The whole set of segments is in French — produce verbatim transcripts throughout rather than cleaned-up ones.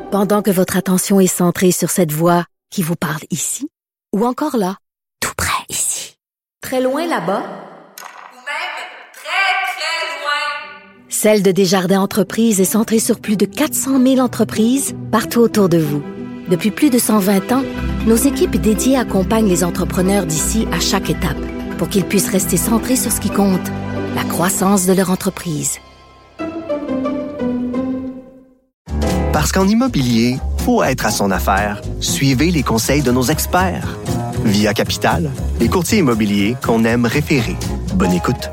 Pendant que votre attention est centrée sur cette voix qui vous parle ici, ou encore là, tout près ici, très loin là-bas, ou même très, très loin. Celle de Desjardins Entreprises est centrée sur plus de quatre cent mille entreprises partout autour de vous. Depuis plus de cent vingt ans, nos équipes dédiées accompagnent les entrepreneurs d'ici à chaque étape pour qu'ils puissent rester centrés sur ce qui compte, la croissance de leur entreprise. Parce qu'en immobilier, pour être à son affaire, suivez les conseils de nos experts. Via Capital, les courtiers immobiliers qu'on aime référer. Bonne écoute.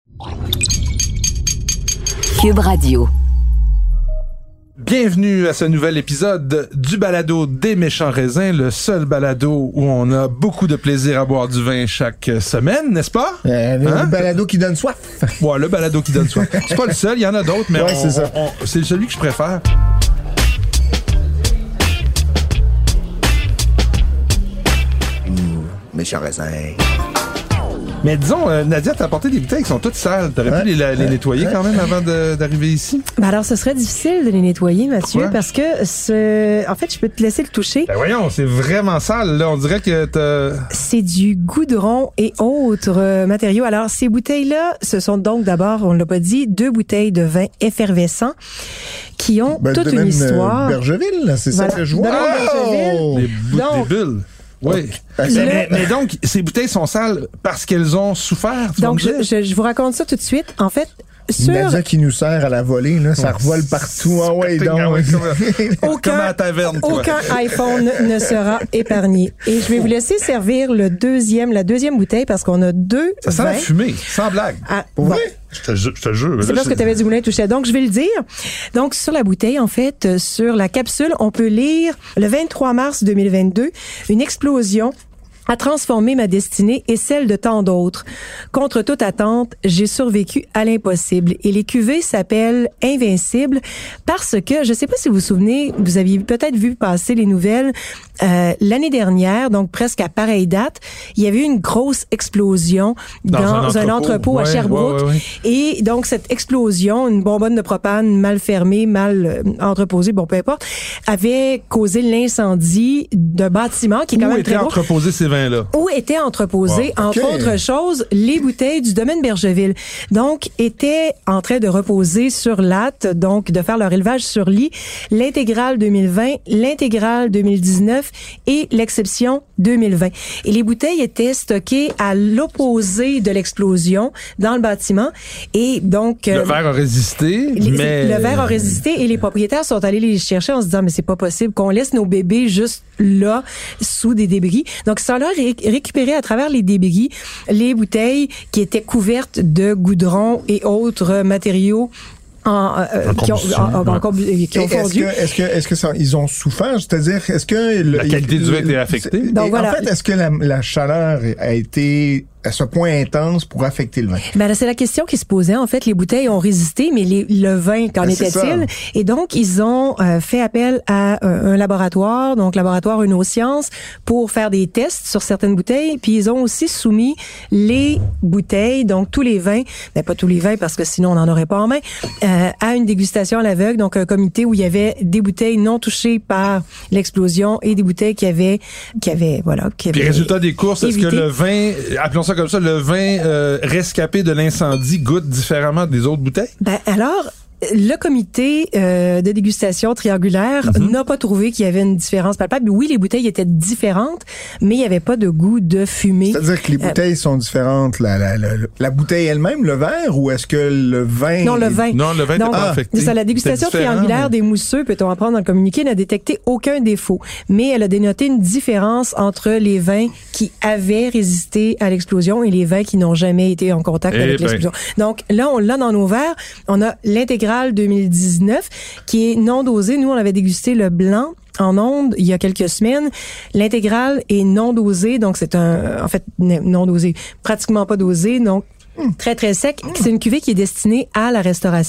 Cube Radio. Bienvenue à ce nouvel épisode du balado des méchants raisins, le seul balado où on a beaucoup de plaisir à boire du vin chaque semaine, n'est-ce pas? Euh, le hein? balado qui donne soif. Ouais, le balado qui donne soif. C'est pas le seul, il y en a d'autres, mais ouais, on, c'est, ça. On, on, c'est celui que je préfère. Méchant raisin. Mais disons, euh, Nadia, t'as apporté des bouteilles qui sont toutes sales. T'aurais ouais, pu les, les ouais, nettoyer ouais. quand même avant de, d'arriver ici? Ben alors, ce serait difficile de les nettoyer, Mathieu, Pourquoi? Parce que, ce... en fait, je peux te laisser le toucher. Ben voyons, c'est vraiment sale, là. On dirait que t'as... C'est du goudron et autres euh, matériaux. Alors, ces bouteilles-là, ce sont donc d'abord, on l'a pas dit, deux bouteilles de vin effervescent qui ont ben, toute une histoire. Euh, Bergeville, là, c'est voilà. ça que je vois. Oh! Des, bou- donc, des bulles. Oui. Okay. Mais, mais, mais donc, ces bouteilles sont sales parce qu'elles ont souffert. Donc, je, je, je vous raconte ça tout de suite. En fait, sur... Nadia qui nous sert à la volée, là, ça revole partout. Ah ouais, donc. Ah ouais, aucun, comme à la taverne, toi. Aucun iPhone ne sera épargné. Et je vais vous laisser servir le deuxième, la deuxième bouteille parce qu'on a deux. Ça sent la fumée, sans blague. Ah, Pour vrai? Je te, je te jure. C'est parce que tu avais du moulin touché. Donc, je vais le dire. Donc, sur la bouteille, en fait, sur la capsule, on peut lire le vingt-trois mars deux mille vingt-deux, une explosion a transformé ma destinée et celle de tant d'autres. Contre toute attente, j'ai survécu à l'impossible. Et les cuvées s'appellent Invincible parce que, je sais pas si vous vous souvenez, vous aviez peut-être vu passer les nouvelles, euh, l'année dernière, donc presque à pareille date, il y avait eu une grosse explosion dans, dans un, entrepôt. un entrepôt ouais, à Sherbrooke. Ouais, ouais, ouais. Et donc, cette explosion, une bonbonne de propane mal fermée, mal euh, entreposée, bon, peu importe, avait causé l'incendie d'un bâtiment qui est quand Où même était très gros. entreposé ces vins-là? Où étaient entreposées, wow. okay. entre autres choses, les bouteilles du domaine Bergeville. Donc, étaient en train de reposer sur latte, donc de faire leur élevage sur lit, l'intégrale deux mille vingt, l'intégrale deux mille dix-neuf et l'exception deux mille vingt. Et les bouteilles étaient stockées à l'opposé de l'explosion dans le bâtiment. Et donc... Le euh, verre a résisté, les, mais... Le verre a résisté et les propriétaires sont allés les chercher en se disant, mais c'est pas possible qu'on laisse nos bébés juste là, sous des débris. Donc, ça leur a récupéré à travers les débris les bouteilles qui étaient couvertes de goudron et autres matériaux En, euh, en qui ont, en, en, en, qui ont fondu. Est-ce que, est-ce que, est-ce que ça, ils ont souffert? C'est-à-dire, est-ce que... Le, la qualité il, du vin était affectée? Donc, voilà. En fait, est-ce que la, la chaleur a été à ce point intense pour affecter le vin? Ben là, c'est la question qui se posait. En fait, les bouteilles ont résisté, mais les, le vin, qu'en ben, était-il? Et donc, ils ont euh, fait appel à euh, un laboratoire, donc laboratoire Unoscience, pour faire des tests sur certaines bouteilles. Puis, ils ont aussi soumis les bouteilles, donc tous les vins, ben pas tous les vins parce que sinon, on n'en aurait pas en main, euh, à une dégustation à l'aveugle, donc un comité où il y avait des bouteilles non touchées par l'explosion et des bouteilles qui avaient, qui avaient, voilà, qui avaient... Puis, résultat des courses, évité. Est-ce que le vin, appelons ça comme ça, le vin euh, rescapé de l'incendie goûte différemment des autres bouteilles? Ben alors, le comité euh, de dégustation triangulaire mm-hmm. n'a pas trouvé qu'il y avait une différence palpable. Oui, les bouteilles étaient différentes, mais il n'y avait pas de goût de fumée. C'est-à-dire que les bouteilles euh, sont différentes. La, la, la, la bouteille elle-même, le verre, ou est-ce que le vin... Non, le vin. Non, le vin n'était pas affecté. C'est ça, la dégustation triangulaire mais... des mousseux, peut-on apprendre dans le communiqué, n'a détecté aucun défaut. Mais elle a dénoté une différence entre les vins qui avaient résisté à l'explosion et les vins qui n'ont jamais été en contact et avec ben. l'explosion. Donc là, on l'a dans nos verres. On a l'intégrale deux mille dix-neuf qui est non dosé. Nous, on avait dégusté le blanc en ondes il y a quelques semaines. L'intégrale est non dosée, donc c'est un, en fait, non dosé, pratiquement pas dosé, donc très, très sec. C'est une cuvée qui est destinée à la restauration.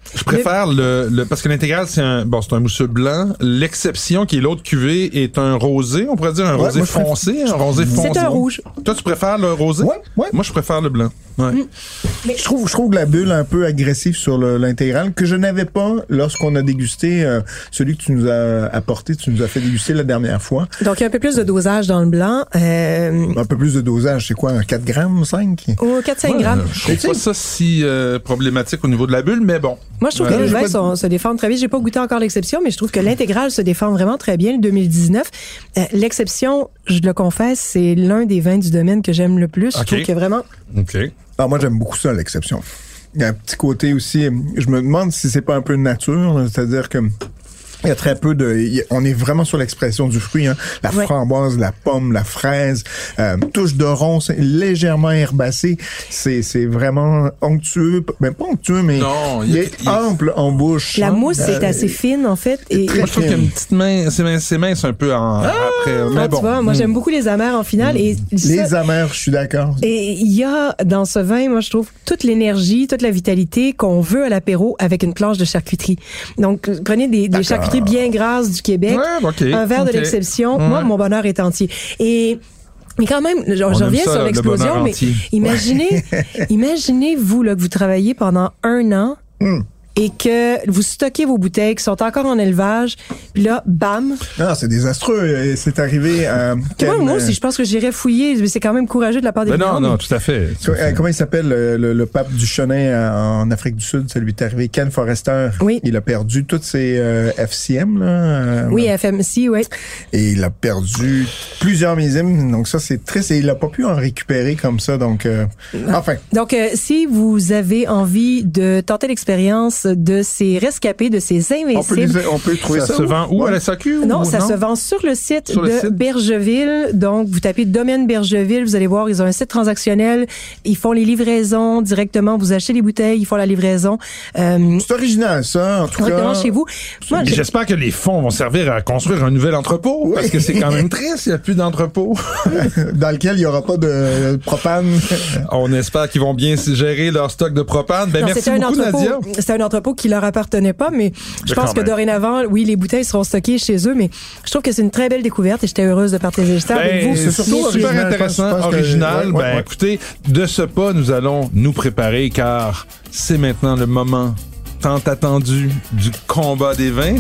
Je préfère le, le parce que l'intégral c'est un bon c'est un mousseux blanc. L'exception qui est l'autre cuvée est un rosé. On pourrait dire un Ouais, rosé moi, je préfère- foncé, un rosé foncé. C'est un rouge. Toi tu préfères le rosé? Ouais, ouais. Moi je préfère le blanc. Ouais. Mm. Je trouve, je trouve la bulle un peu agressive sur le- l'intégrale que je n'avais pas lorsqu'on a dégusté euh, celui que tu nous as apporté, tu nous as fait déguster la dernière fois. Donc, il y a un peu plus de dosage dans le blanc. Euh, Un peu plus de dosage, c'est quoi, un quatre grammes, cinq? au quatre à cinq Ouais, grammes. Je trouve pas ça si euh, problématique au niveau de la bulle, mais bon. Moi, je trouve Ouais. que les j'ai vins pas- sont- se défendent très bien. J'ai pas goûté encore l'exception, mais je trouve que l'intégrale se défend vraiment très bien, le deux mille dix-neuf. Euh, l'exception, je le confesse, c'est l'un des vins du domaine que j'aime le plus. Je Ok. trouve que vraiment, OK. Ah, moi, j'aime beaucoup ça, l'exception. Il y a un petit côté aussi, je me demande si c'est pas un peu de nature, là, c'est-à-dire que il y a très peu de... il y a- on est vraiment sur l'expression du fruit. Hein. La Ouais. framboise, la pomme, la fraise, euh, touche de ronce, légèrement herbacée. C'est, c'est vraiment onctueux. Mais pas onctueux, mais Non, il il y a- est il y a- ample en bouche. la hein. mousse est Euh, assez fine, en fait. Et, très Moi je trouve qu'il y a une petite main, c'est mince, c'est mince un peu en après. Ah, Mais tu bon. vois, moi, j'aime beaucoup les amers en finale. Et Les ça- amers, je suis d'accord. Et il y a dans ce vin, moi je trouve, toute l'énergie, toute la vitalité qu'on veut à l'apéro avec une planche de charcuterie. Donc, prenez des, des charcuteries bien grasses du Québec, Ouais, OK, un verre OK. de l'exception. Ouais. Moi, mon bonheur est entier. Et mais quand même, je, je aime reviens ça, sur le l'explosion, bonheur mais entier. imaginez, imaginez vous là que vous travaillez pendant un an. Mm. Et que vous stockez vos bouteilles qui sont encore en élevage, puis là, bam. Non, c'est désastreux. Et C'est arrivé à... Ken, Moi, moi euh, aussi, je pense que j'irais fouiller, mais c'est quand même courageux de la part des Mais non, vignerons, non, mais- tout à fait. Co- euh, Comment il s'appelle le, le, le pape du Chenin euh, en Afrique du Sud? Ça lui est arrivé. Ken Forrester. Oui. Il a perdu toutes ses euh, F C M. Là, euh, Oui, F M C, oui. Et il a perdu plusieurs millésimes. Donc ça, c'est triste. Et il n'a pas pu en récupérer comme ça. Donc, euh, enfin. Donc, euh, si vous avez envie de tenter l'expérience de ces rescapés, de ces On peut, invincibles, les- on peut trouver Ça ça. se où? vend où Ouais. à la S A Q? non, ou ça se vend sur le site Sur le de site? Bergeville. Donc, vous tapez Domaine Bergeville, vous allez voir, ils ont un site transactionnel. Ils font les livraisons directement. Vous achetez les bouteilles, ils font la livraison euh, C'est original, ça, en tout directement cas. chez vous. Moi, Et j'ai- J'espère que les fonds vont servir à construire un nouvel entrepôt, parce que c'est quand même triste, il n'y a plus d'entrepôt. Dans lequel il n'y aura pas de propane. On espère qu'ils vont bien gérer leur stock de propane. Ben, non, merci c'était un beaucoup, entrepôt. Nadia. C'était un entrepôt qui leur appartenait pas, mais je Mais pense quand que même. dorénavant, oui, les bouteilles seront stockées chez eux, mais je trouve que c'est une très belle découverte et j'étais heureuse de partager ça avec Ben, vous. c'est surtout messieurs. super original, intéressant, je pense que- original. ouais, ouais, ben, ouais. écoutez, de ce pas, nous allons nous préparer car c'est maintenant le moment tant attendu du combat des vins.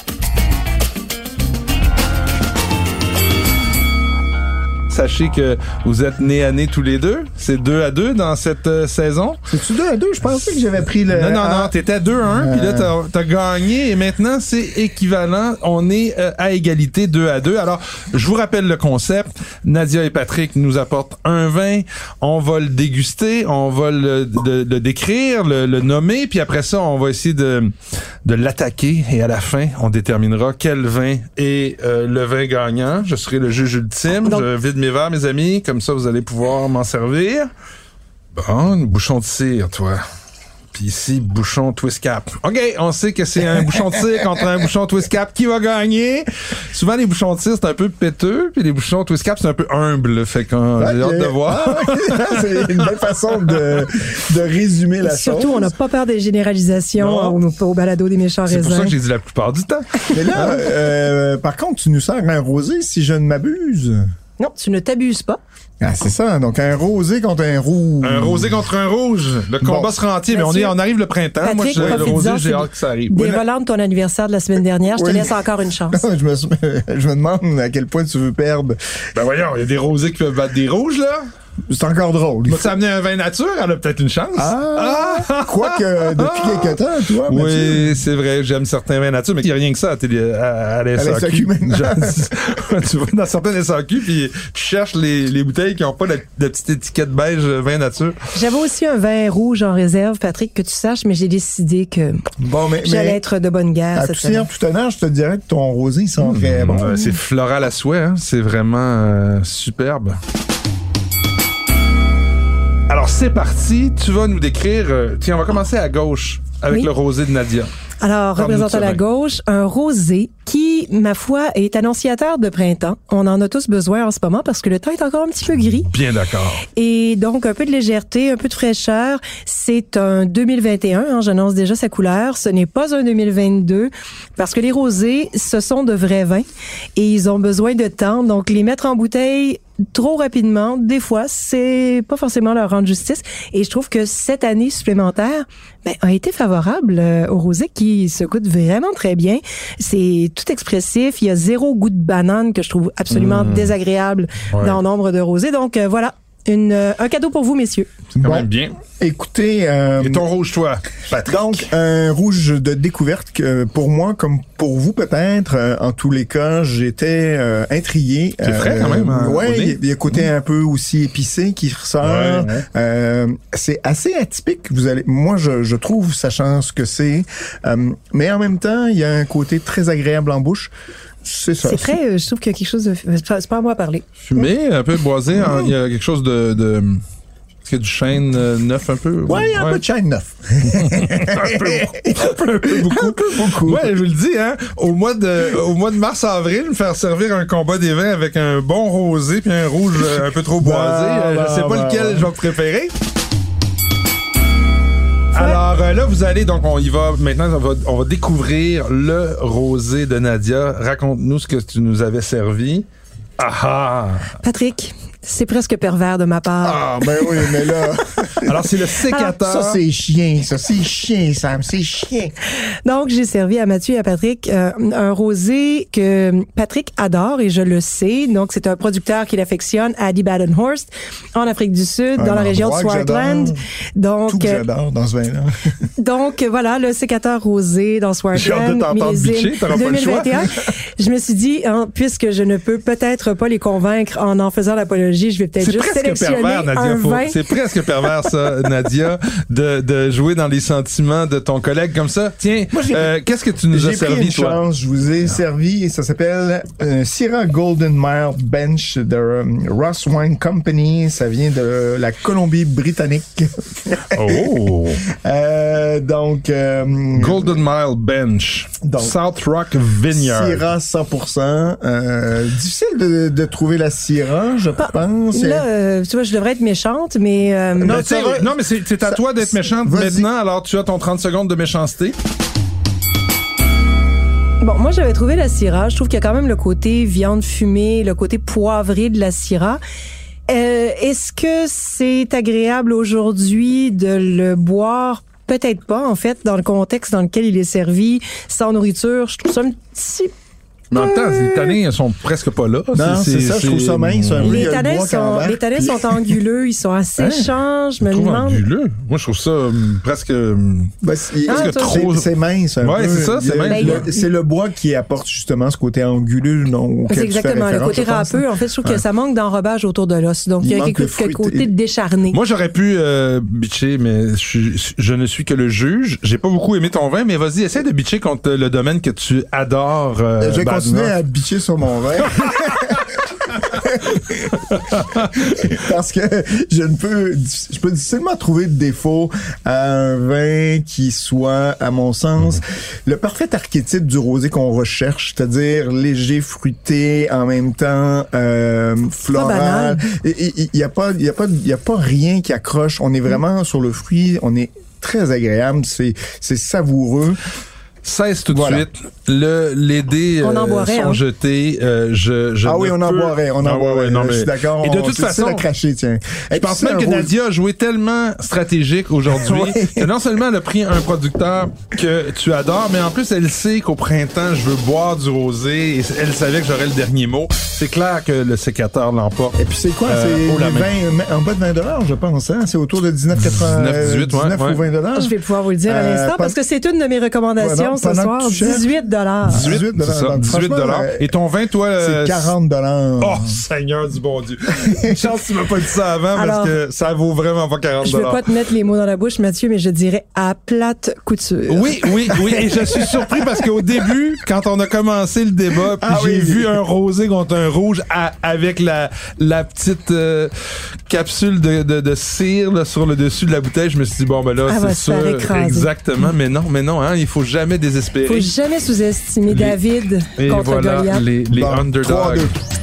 Sachez que vous êtes nez à nez tous les deux. C'est deux à deux dans cette euh, saison. C'est-tu deux à deux? Je pensais que j'avais pris le... Non, non, Ah. non, t'étais deux à un, puis là, t'as, t'as gagné, et maintenant, c'est équivalent. On est euh, à égalité deux à deux. Alors, je vous rappelle le concept. Nadia et Patrick nous apportent un vin. On va le déguster, on va le, de- le décrire, le, le nommer, puis après ça, on va essayer de, de l'attaquer, et à la fin, on déterminera quel vin est euh, le vin gagnant. Je serai le juge ultime. Donc- Je vide mes verres, mes amis, comme ça, vous allez pouvoir m'en servir. Bon, une bouchon de cire, toi. Puis ici, bouchon twist cap. OK, on sait que c'est un bouchon de cire contre un bouchon twist cap. Qui va gagner? Souvent, les bouchons de cire, c'est un peu péteux, puis les bouchons twist cap, c'est un peu humble. Fait qu'on j'ai Ok. hâte de voir. Ah, c'est une belle façon de, de résumer la Surtout, chose. on n'a pas peur des généralisations Non. au, au balado des méchants C'est pour ça raisins. que j'ai dit la plupart du temps. Mais là, euh, par contre, tu nous sers un rosé, si je ne m'abuse. Non, tu ne t'abuses pas. Ah, c'est ça. Donc, un rosé contre un rouge. Un rosé contre un rouge. Le combat Bon. sera entier, mais on, Monsieur est, on arrive le printemps. Patrick, Moi, je, le profites-en, rosé, j'ai c'est hâte que ça arrive. Des Oui, mais- relents de ton anniversaire de la semaine dernière. Je te Oui. laisse encore une chance. je, me, suis- je me demande à quel point tu veux perdre. Ben voyons, il y a des rosés qui peuvent battre des rouges, là. C'est encore drôle. Tu m'as amené un vin nature, elle a peut-être une chance. Ah! Quoique, depuis quelque temps, toi, Mathieu. Oui, c'est vrai, j'aime certains vins nature, mais il n'y a rien que ça à, télé, à, à la S A Q. À la S A Q maintenant. Genre, tu vas dans certaines S A Q, puis tu cherches les, les bouteilles qui n'ont pas la, la petite étiquette beige euh, vin nature. J'avais aussi un vin rouge en réserve, Patrick, que tu saches, mais j'ai décidé que Bon, mais, j'allais mais être de bonne guerre à cette tout semaine. seigneur, tout honneur, je te dirais que ton rosé, il sent très bon. Euh, c'est floral à souhait, hein? C'est vraiment euh, superbe. Alors c'est parti, tu vas nous décrire, euh, tiens, on va commencer à gauche avec Oui. le rosé de Nadia. Alors, Parle-nous de représente ce à la vin. gauche un rosé qui, ma foi, est annonciateur de printemps. On en a tous besoin en ce moment parce que le temps est encore un petit peu gris. Bien d'accord. Et donc, un peu de légèreté, un peu de fraîcheur. C'est un deux mille vingt et un, hein, j'annonce déjà sa couleur. Ce n'est pas un deux mille vingt-deux parce que les rosés, ce sont de vrais vins et ils ont besoin de temps. Donc, les mettre en bouteille trop rapidement, des fois, c'est pas forcément leur rendre justice. Et je trouve que cette année supplémentaire ben, a été favorable euh, au rosé qui se goûte vraiment très bien. C'est tout expressif. Il y a zéro goût de banane que je trouve absolument mmh. désagréable ouais. dans nombre de rosés. Donc, euh, voilà. Une, euh, un cadeau pour vous, messieurs. C'est quand bon, même bien. Écoutez... Euh, Et ton rouge, toi, Patrick? Donc, un rouge de découverte que pour moi, comme pour vous peut-être, euh, en tous les cas, j'étais euh, intrigué. C'est frais euh, quand même. Hein, ouais, il y, y a un côté mmh. un peu aussi épicé qui ressort. Ouais, ouais. Euh, c'est assez atypique. Vous allez, moi, je, je trouve, sachant ce que c'est. Euh, mais en même temps, il y a un côté très agréable en bouche. C'est ça. C'est très, euh, je trouve qu'il y a quelque chose de... C'est pas, c'est pas à moi à parler. Fumé, un peu boisé. Il hein, y a quelque chose de... de... Est-ce qu'il y a du chêne euh, neuf un peu? Oui, un ouais. peu de chêne neuf. un, peu, un, peu, un peu beaucoup. Un peu beaucoup. Ouais, je vous le dis, hein, au mois de, au mois de mars-avril, me faire servir un combat des vins avec un bon rosé puis un rouge un peu trop boisé. Bah, euh, je bah, sais pas bah, lequel bah. je vais préférer. Alors euh, là, vous allez, donc on y va, maintenant on va, on va découvrir le rosé de Nadia. Raconte-nous ce que tu nous avais servi. Ah ah! Patrick, c'est presque pervers de ma part. Ah, ben oui, mais là... Alors, c'est le sécateur. Ah, ça, c'est chien, ça, c'est chien, Sam, c'est chien. Donc, j'ai servi à Mathieu et à Patrick euh, un rosé que Patrick adore et je le sais. Donc, c'est un producteur qui l'affectionne, Adi Badenhorst, en Afrique du Sud, un dans la région de Swartland. Donc, tout que j'adore dans ce vin-là. Donc, voilà, le sécateur rosé dans Swartland. J'ai hâte de t'entendre bitcher, t'auras pas le choix. Je me suis dit, hein, puisque je ne peux peut-être pas les convaincre en en faisant l'apologie, je vais peut-être c'est juste sélectionner pervers, Nadia, un faut, vin. C'est presque pervers, ça, Nadia, de, de jouer dans les sentiments de ton collègue comme ça. Tiens, Moi, euh, qu'est-ce que tu nous as servi, une toi? Chance, je vous ai servi, et ça s'appelle euh, Syrah Golden Mile Bench de um, Ross Wine Company. Ça vient de la Colombie-Britannique. Oh! euh, donc... Euh, Golden Mile Bench. Donc, South Rock Vineyard. Syrah cent pour cent. Euh, difficile de, de trouver la Syrah, je bah, pense. Là, euh, tu vois, je devrais être méchante, mais... Euh, non, va, non, mais c'est, c'est à ça, toi d'être méchante maintenant, alors tu as ton trente secondes de méchanceté. Bon, moi, j'avais trouvé la Syrah. Je trouve qu'il y a quand même le côté viande fumée, le côté poivré de la Syrah. Euh, est-ce que c'est agréable aujourd'hui de le boire? Peut-être pas, en fait, dans le contexte dans lequel il est servi, sans nourriture. Je trouve ça un petit Mais en même temps, les tanins, elles sont presque pas là. Non, c'est, c'est ça, c'est... je trouve ça mince. Un les tanins sont, les tanins sont anguleux, ils sont assez hein? chants, je me demande. Anguleux? Moi, je trouve ça um, presque, um, ben, c'est, presque ah, trop... C'est, c'est mince un ouais, peu. c'est ça, c'est mince. Le, le, c'est le bois qui apporte justement ce côté anguleux. Non, c'est exactement, le côté râpeux. En fait, je trouve ouais. que ça manque d'enrobage autour de l'os. Donc, il, il y a quelque chose, côté décharné. Moi, j'aurais pu euh, bitcher, mais je, je ne suis que le juge. J'ai pas beaucoup aimé ton vin, mais vas-y, essaie de bitcher contre le domaine que tu adores. Euh, je vais continuer à bitcher sur mon vin. Parce que je ne peux je peux difficilement trouver de défaut à un vin qui soit, à mon sens, le parfait archétype du rosé qu'on recherche, c'est-à-dire léger, fruité, en même temps euh, floral. Il y a pas il y a pas il y a pas rien qui accroche. On est vraiment mm. sur le fruit, on est très agréable, c'est c'est savoureux. Cesse tout de voilà. suite. Le, les dés euh, boirait, sont hein. jetés. Euh, je, je ah oui, on en peux... boirait. On en ah, boirait. Ouais, non, mais... Je suis d'accord. Et de toute façon, à cracher, tiens. Je Et pense même que rose... Nadia a joué tellement stratégique aujourd'hui oui. que non seulement elle a pris un producteur que tu adores, mais en plus elle sait qu'au printemps, je veux boire du rosé et elle savait que j'aurais le dernier mot. C'est clair que le sécateur l'emporte. Et puis c'est quoi? Euh, c'est vingt, en bas de vingt dollars, je pense. Hein? C'est autour de dix-neuf quatre-vingt-dix-neuf, dix-huit, ouais, ouais. ou vingt dollars. Je vais pouvoir vous le dire à l'instant euh, parce que c'est une de mes recommandations. Ce soir, dix-huit dollars. dix-huit dollars. dix-huit dollars. Et ton vin, toi? C'est quarante dollars. Oh, Seigneur du bon Dieu. Une chance que tu m'as pas dit ça avant. Alors, parce que ça vaut vraiment pas quarante dollars. Je vais pas te mettre les mots dans la bouche, Mathieu, mais je dirais à plate couture. Oui, oui, oui. Et je suis surpris parce qu'au début, quand on a commencé le débat, puis ah, j'ai oui. vu un rosé contre un rouge à, avec la, la petite, euh, capsule de, de, de cire là, sur le dessus de la bouteille, je me suis dit, bon, ben là, ah, c'est va sûr. Exactement. Mais non, mais non, hein, il faut jamais désespérer. Il faut jamais sous-estimer les... David Et contre voilà, Goliath. les, les bon, underdogs.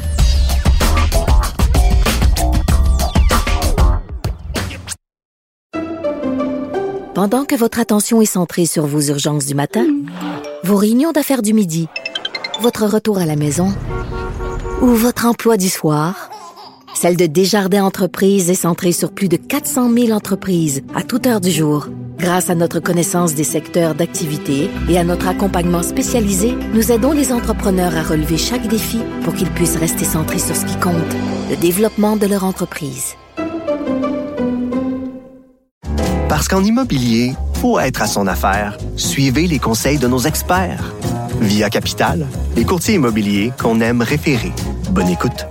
Pendant que votre attention est centrée sur vos urgences du matin, vos réunions d'affaires du midi, votre retour à la maison ou votre emploi du soir, celle de Desjardins Entreprises est centrée sur plus de quatre cent mille entreprises à toute heure du jour. Grâce à notre connaissance des secteurs d'activité et à notre accompagnement spécialisé, nous aidons les entrepreneurs à relever chaque défi pour qu'ils puissent rester centrés sur ce qui compte, le développement de leur entreprise. Parce qu'en immobilier, faut être à son affaire. Suivez les conseils de nos experts. Via Capital, les courtiers immobiliers qu'on aime référer. Bonne écoute.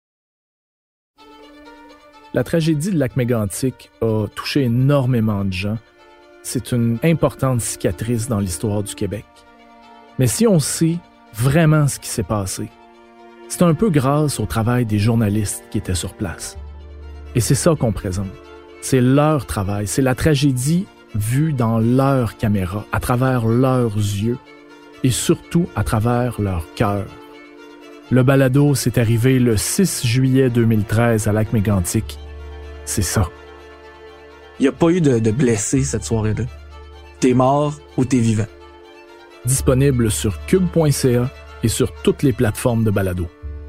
La tragédie de Lac-Mégantic a touché énormément de gens. C'est une importante cicatrice dans l'histoire du Québec. Mais si on sait vraiment ce qui s'est passé, c'est un peu grâce au travail des journalistes qui étaient sur place. Et c'est ça qu'on présente. C'est leur travail, c'est la tragédie vue dans leur caméra, à travers leurs yeux et surtout à travers leur cœur. Le balado s'est arrivé le six juillet deux mille treize à Lac-Mégantic. C'est ça. Il n'y a pas eu de, de blessés cette soirée-là. T'es mort ou t'es vivant. Disponible sur cube point c a et sur toutes les plateformes de balado.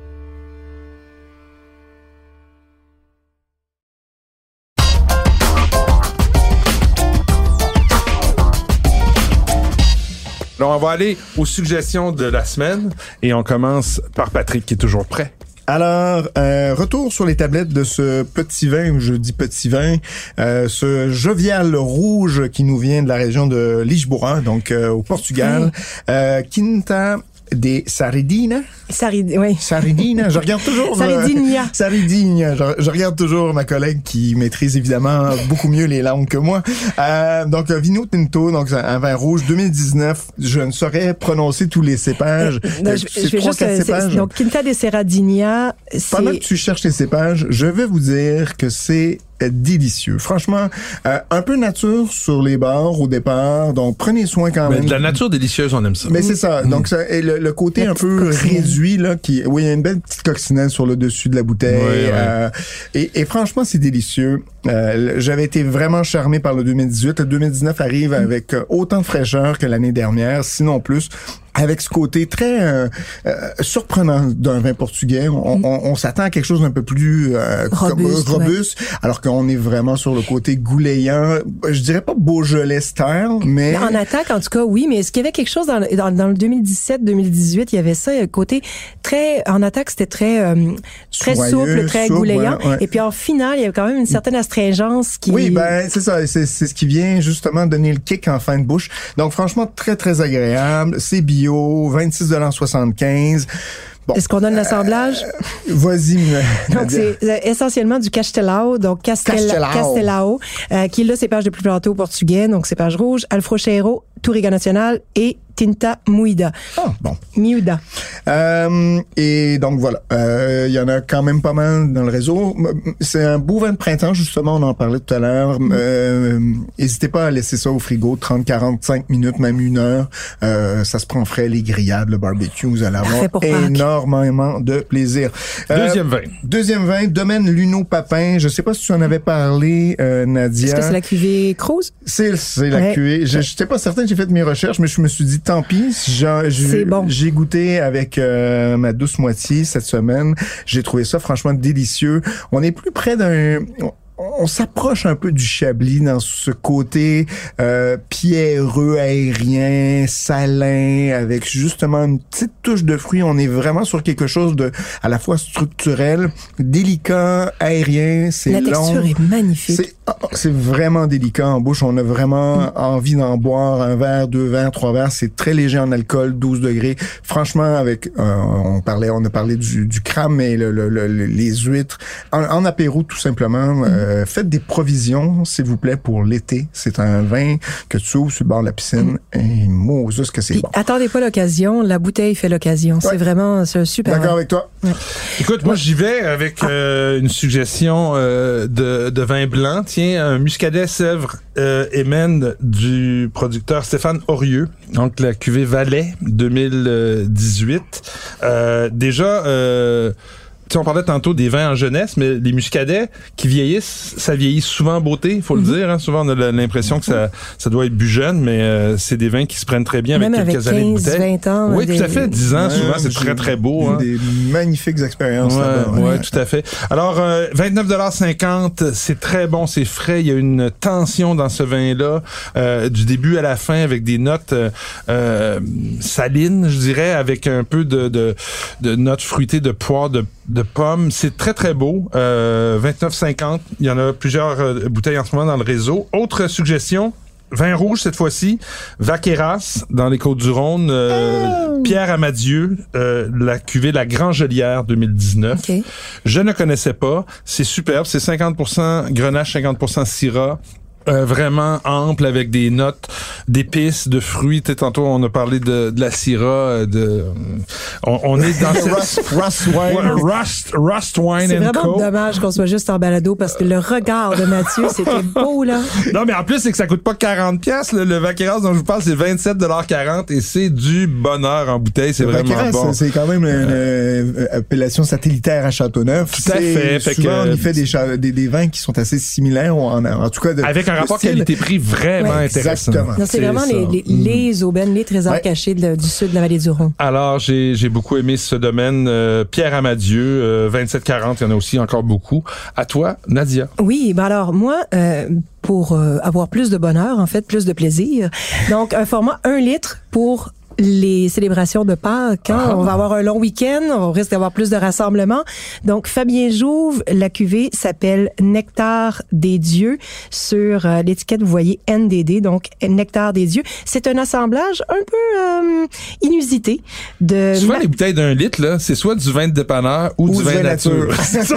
Alors, on va aller aux suggestions de la semaine et on commence par Patrick qui est toujours prêt. Alors, euh, retour sur les tablettes de ce petit vin, je dis petit vin, euh, ce jovial rouge qui nous vient de la région de Lisboa, donc euh, au Portugal, euh, Quinta des Sardina. Sarid, oui. Sardina, je regarde toujours. Sardinia. Euh, Sardinia. Je, je regarde toujours ma collègue qui maîtrise évidemment beaucoup mieux les langues que moi. Euh, donc Vino Tinto, donc un vin rouge deux mille dix-neuf. Je ne saurais prononcer tous les cépages. Euh, non, je, c'est je vais trois, juste, quatre cépages. Donc Quinta des Sardinia. Pendant que tu cherches les cépages, je vais vous dire que c'est délicieux. Franchement, euh, un peu nature sur les bords au départ, donc prenez soin quand Mais même. de la nature délicieuse, on aime ça. Mais c'est ça. Mmh. Donc ça, et le, le côté la un peu coccinelle. réduit là, qui, oui, il y a une belle petite coccinelle sur le dessus de la bouteille. Oui, oui. Euh, et, et franchement, c'est délicieux. Euh, j'avais été vraiment charmé par le deux mille dix-huit. Le deux mille dix-neuf arrive mmh. avec autant de fraîcheur que l'année dernière, sinon plus. Avec ce côté très euh, euh, surprenant d'un vin portugais. On, mm. on, on s'attend à quelque chose d'un peu plus euh, robuste, comme, robuste ouais. alors qu'on est vraiment sur le côté goulayant. Je dirais pas Beaujolais style, mais... mais en attaque, en tout cas, oui, mais est-ce qu'il y avait quelque chose dans, dans, dans le deux mille dix-sept deux mille dix-huit, il y avait ça, un côté très... En attaque, c'était très euh, très Soyeux, souple, très souple, goulayant. Ouais, ouais. Et puis en finale, il y avait quand même une certaine astringence qui... Oui, ben c'est ça. C'est, c'est ce qui vient justement donner le kick en fin de bouche. Donc franchement, très, très agréable. C'est bio, vingt-six dollars soixante-quinze. Bon, Est-ce qu'on donne l'assemblage? Euh, vas-y. Donc, c'est euh, essentiellement du Castelao, donc Castel- Castelao, Castelao euh, qui est le cépage le plus planté au portugais, donc cépage rouge, Alfrocheiro, Touriga Nacional et Tinta Moída. Ah, bon. Miúda. Euh, et donc voilà, il euh, y en a quand même pas mal dans le réseau. C'est un beau vin de printemps, justement, on en parlait tout à l'heure. Euh, n'hésitez pas à laisser ça au frigo, trente, quarante-cinq minutes, même une heure. Euh, ça se prend frais, les grillades, le barbecue, vous allez avoir énormément de plaisir. Euh, Deuxième vin. Deuxième vin, Domaine Luno Papin. Je sais pas si tu en avais parlé, euh, Nadia. Est-ce que c'est la cuvée Cruz? C'est, c'est la ouais. cuvée. Je n'étais pas certain, j'ai fait mes recherches, mais je me suis dit, tant pis, j'ai, j'ai, bon. j'ai goûté avec euh, ma douce moitié cette semaine. J'ai trouvé ça franchement délicieux. On est plus près d'un... On s'approche un peu du Chablis dans ce côté euh, pierreux, aérien, salin, avec justement une petite touche de fruits. On est vraiment sur quelque chose de à la fois structurel, délicat, aérien. C'est la long. texture est magnifique. C'est, c'est vraiment délicat en bouche. On a vraiment mm. envie d'en boire un verre, deux verres, trois verres. C'est très léger en alcool, douze degrés. Franchement, avec euh, on parlait, on a parlé du, du crâne, mais le, le, le, les huîtres en, en apéro tout simplement. Mm. Euh, euh, faites des provisions, s'il vous plaît, pour l'été. C'est un vin que tu ouvres sur le bord de la piscine. Mm. Et Moses, que c'est Puis, bon. attendez pas l'occasion, la bouteille fait l'occasion. Ouais. C'est vraiment c'est un super. D'accord avec toi. Ouais. Écoute, moi, j'y vais avec euh, une suggestion euh, de, de vin blanc. Tiens, un muscadet Sèvres euh, Émène du producteur Stéphane Aurieux. Donc, la cuvée Valais deux mille dix-huit. Euh, déjà... Euh, Tu sais, on parlait tantôt des vins en jeunesse, mais les muscadets qui vieillissent, ça vieillit souvent en beauté, il faut mm-hmm. le dire. Hein. Souvent, on a l'impression que ça, ça doit être plus jeune, mais euh, c'est des vins qui se prennent très bien Même avec quelques avec années de quinze, bouteille. vingt ans. Oui, des... tout à fait. dix ans, ouais, souvent, c'est très, très beau. Hein. Des magnifiques expériences. Ouais, là-bas, ouais, ouais, tout à fait. Alors, euh, vingt-neuf dollars cinquante, c'est très bon, c'est frais. Il y a une tension dans ce vin-là, euh, du début à la fin, avec des notes euh, euh, salines, je dirais, avec un peu de, de, de notes fruitées de poire, de de pommes. C'est très, très beau. Euh, vingt-neuf cinquante. Il y en a plusieurs euh, bouteilles en ce moment dans le réseau. Autre suggestion, vin rouge cette fois-ci. Vaqueras, dans les Côtes-du-Rhône. Euh, oh. Pierre Amadieu, euh, la cuvée La Grangelière deux mille dix-neuf. Okay. Je ne connaissais pas. C'est superbe. C'est cinquante pour cent Grenache, cinquante pour cent Syrah. Euh, vraiment ample avec des notes d'épices, de fruits. T'sais, tantôt on a parlé de, de la Syrah, de on, on est dans cette Rust, Rust Wine, Rust, Rust Wine c'est and Co. C'est vraiment dommage qu'on soit juste en balado parce que le regard de Mathieu, c'était beau là. Non mais en plus c'est que ça coûte pas quarante piastres. Le, le Vaqueras dont je vous parle c'est vingt-sept dollars quarante et c'est du bonheur en bouteille. C'est le vraiment Vaqueras, bon. C'est quand même une, une appellation satellitaire à Châteauneuf. Tout à fait. fait souvent que, on y fait des, des, des vins qui sont assez similaires en, en tout cas de, avec un rapport qualité-prix vraiment ouais, intéressant. Non, c'est, c'est vraiment les, les, les aubaines, les trésors ouais. cachés de, du sud de la vallée du Rhône. Alors, j'ai, j'ai beaucoup aimé ce domaine. Euh, Pierre Amadieu, euh, vingt-sept quarante, il y en a aussi encore beaucoup. À toi, Nadia. Oui, ben alors, moi... Euh, pour euh, avoir plus de bonheur, en fait, plus de plaisir. Donc, un format un litre pour les célébrations de Pâques. Hein? Ah. On va avoir un long week-end, on risque d'avoir plus de rassemblements. Donc, Fabien Jouve, la cuvée s'appelle Nectar des dieux. Sur euh, l'étiquette, vous voyez N D D, donc Nectar des dieux. C'est un assemblage un peu euh, inusité. De Souvent, ma... les bouteilles d'un litre, là, c'est soit du vin de dépanneur ou, ou du vin, vin nature. nature.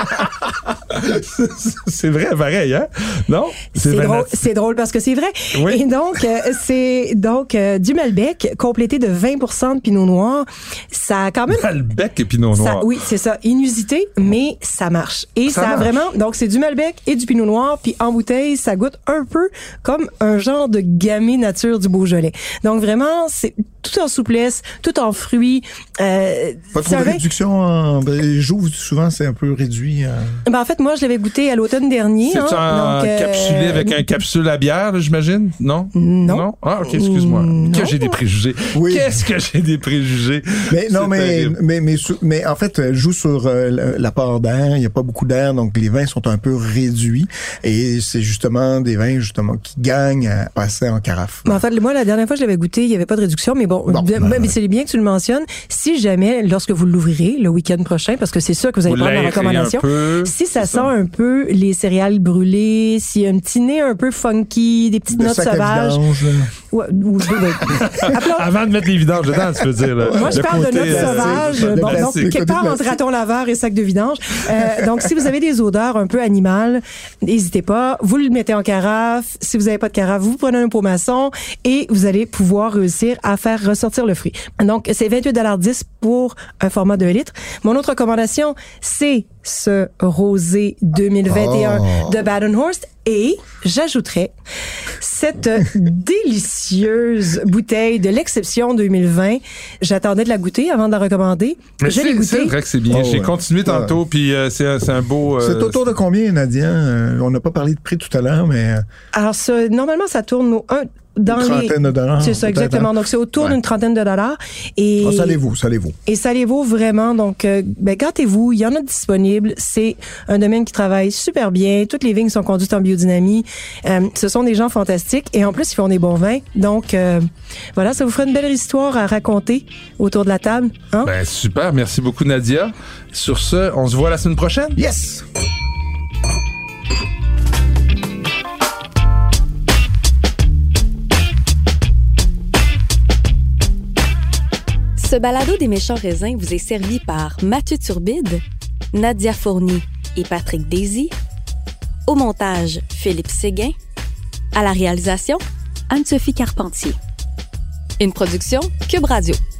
C'est vrai, pareil, hein? Non? C'est, c'est, drôle, c'est drôle parce que c'est vrai. Oui. Et donc, euh, c'est donc euh, du Malbec complété de vingt pour cent de Pinot Noir. Ça a quand même... Malbec et Pinot Noir. Ça, oui, c'est ça. Inusité, mais ça marche. Et ça, ça marche. a vraiment... Donc, c'est du Malbec et du Pinot Noir, puis en bouteille, ça goûte un peu comme un genre de gamay nature du Beaujolais. Donc, vraiment, c'est tout en souplesse, tout en fruits. Euh, Pas trop de vin... réduction en... Ben, Jouve, souvent, c'est un peu réduit. Euh... Ben, en fait, moi, je l'avais goûté à l'automne dernier. C'est hein, en capsulé euh... avec un capsule à bière, j'imagine? Non? Non. Non? Ah, OK, excuse-moi. Non. Que j'ai des préjugés. Oui. Qu'est-ce que j'ai des préjugés? Mais non, mais, mais, mais, mais en fait, joue sur euh, l'apport d'air. Il n'y a pas beaucoup d'air, donc les vins sont un peu réduits. Et c'est justement des vins, justement, qui gagnent à passer en carafe. Mais en fait, moi, la dernière fois que je l'avais goûté, il n'y avait pas de réduction, mais bon, bon ben, mais c'est bien que tu le mentionnes. Si jamais, lorsque vous l'ouvrirez le week-end prochain, parce que c'est ça que vous allez vous prendre la recommandation, peu, si ça sent ça. un peu les céréales brûlées, s'il y a un petit nez un peu funky, des petites de notes sauvages. Ouais, ou, Avant de mettre les vidanges dedans, tu veux dire. Là, moi, je parle côté, de notes euh, sauvages. Bon, donc, quelque part entre raton laveur et sac de vidange. Euh, donc, si vous avez des odeurs un peu animales, n'hésitez pas. Vous le mettez en carafe. Si vous n'avez pas de carafe, vous prenez un pot maçon et vous allez pouvoir réussir à faire ressortir le fruit. Donc, c'est vingt-huit dollars dix pour un format de litre. Mon autre recommandation, c'est ce rosé deux mille vingt et un oh. de Badenhorst. Et j'ajouterais cette délicieuse bouteille de l'exception deux mille vingt. J'attendais de la goûter avant de la recommander. Mais je l'ai goûtée. C'est vrai que c'est bien. Oh, J'ai ouais. continué tantôt, ouais. puis euh, c'est, c'est un beau... Euh, c'est autour de combien, Nadia? Euh, on n'a pas parlé de prix tout à l'heure, mais... Alors, ça, normalement, ça tourne au... Un, dans une trentaine les... de dollars. C'est ça, exactement. Donc, c'est autour ouais. d'une trentaine de dollars. Et... Oh, ça les vaut, ça les vaut. Et ça les vaut vraiment. Donc, euh, ben, gâtez-vous. Il y en a disponibles. C'est un domaine qui travaille super bien. Toutes les vignes sont conduites en biodynamie. Euh, ce sont des gens fantastiques. Et en plus, ils font des bons vins. Donc, euh, voilà, ça vous fera une belle histoire à raconter autour de la table. Hein? Ben, super. Merci beaucoup, Nadia. Sur ce, on se voit la semaine prochaine. Yes! Ce balado des méchants raisins vous est servi par Mathieu Turbide, Nadia Fournier et Patrick Daisy, Au montage, Philippe Séguin. À la réalisation, Anne-Sophie Carpentier. Une production Cube Radio.